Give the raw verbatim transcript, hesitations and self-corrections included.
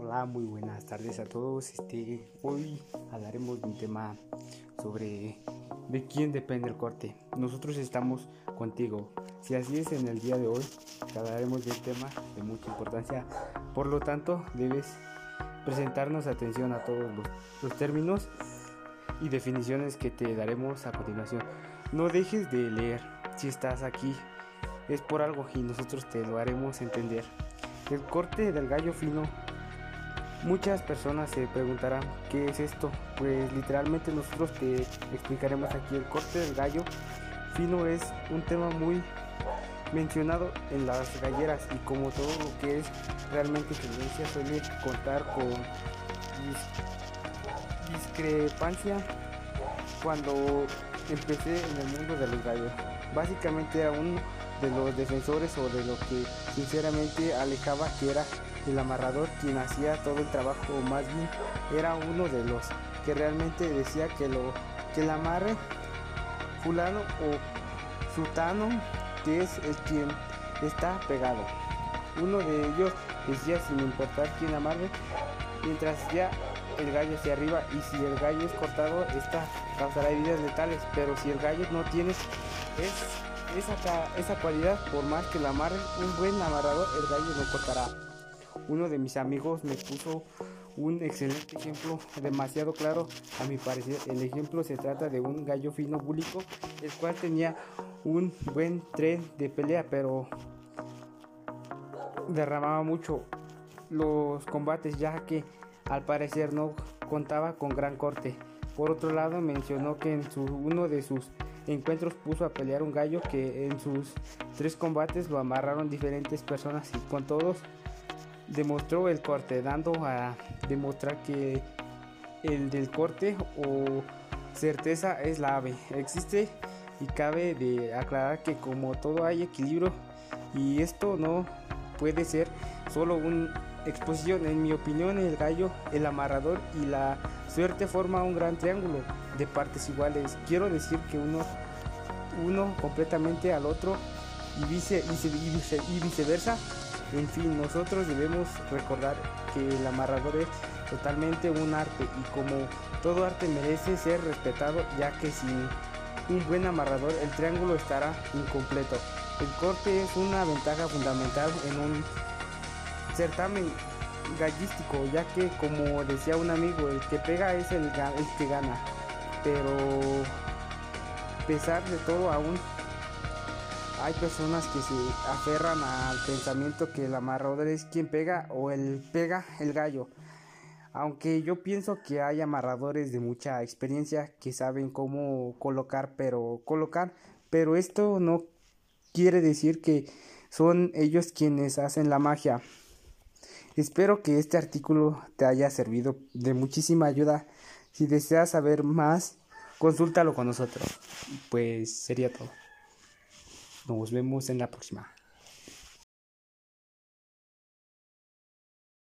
Hola, muy buenas tardes a todos. Este, hoy hablaremos de un tema sobre de quién depende el corte. Nosotros estamos contigo. Si así es, en el día de hoy hablaremos de un tema de mucha importancia. Por lo tanto, debes presentarnos atención a todos los, los términos y definiciones que te daremos a continuación. No dejes de leer. Si estás aquí es por algo y nosotros te lo haremos entender. El corte del gallo fino. Muchas personas se preguntarán ¿qué es esto? Pues literalmente nosotros te explicaremos aquí. El corte del gallo fino es un tema muy mencionado en las galleras, y como todo lo que es realmente tendencia suele contar con dis- discrepancia. Cuando empecé en el mundo de los gallos, básicamente era uno de los defensores, o de lo que sinceramente alejaba, que era el amarrador quien hacía todo el trabajo, o más bien era uno de los que realmente decía que lo que el amarre fulano o sutano, que es el quien está pegado. Uno de ellos decía sin importar quién amarre, mientras ya el gallo hacia arriba, y si el gallo es cortado, esta causará heridas letales. Pero si el gallo no tiene es, esa, esa cualidad, por más que la amarre un buen amarrador, el gallo no cortará. Uno de mis amigos me puso un excelente ejemplo, demasiado claro a mi parecer. El ejemplo se trata de un gallo fino búlico, el cual tenía un buen tren de pelea, pero derramaba mucho los combates, ya que al parecer no contaba con gran corte. Por otro lado, mencionó que en su, uno de sus encuentros puso a pelear un gallo que en sus tres combates lo amarraron diferentes personas, y con todos demostró el corte, dando a demostrar que el del corte o certeza es la ave. Existe, y cabe de aclarar que como todo hay equilibrio, y esto no puede ser solo una exposición. En mi opinión, el gallo, el amarrador y la suerte forman un gran triángulo de partes iguales. Quiero decir que uno, uno completamente al otro, y, vice, y, vice, y viceversa. En fin, nosotros debemos recordar que el amarrador es totalmente un arte, y como todo arte merece ser respetado, ya que sin un buen amarrador el triángulo estará incompleto. El corte es una ventaja fundamental en un certamen gallístico, ya que, como decía un amigo, el que pega es el, el que gana. Pero a pesar de todo, aún hay personas que se aferran al pensamiento que el amarrador es quien pega, o el pega el gallo. Aunque yo pienso que hay amarradores de mucha experiencia que saben cómo colocar, pero colocar, pero esto no quiere decir que son ellos quienes hacen la magia. Espero que este artículo te haya servido de muchísima ayuda. Si deseas saber más, consúltalo con nosotros. Pues sería todo. Nos vemos en la próxima.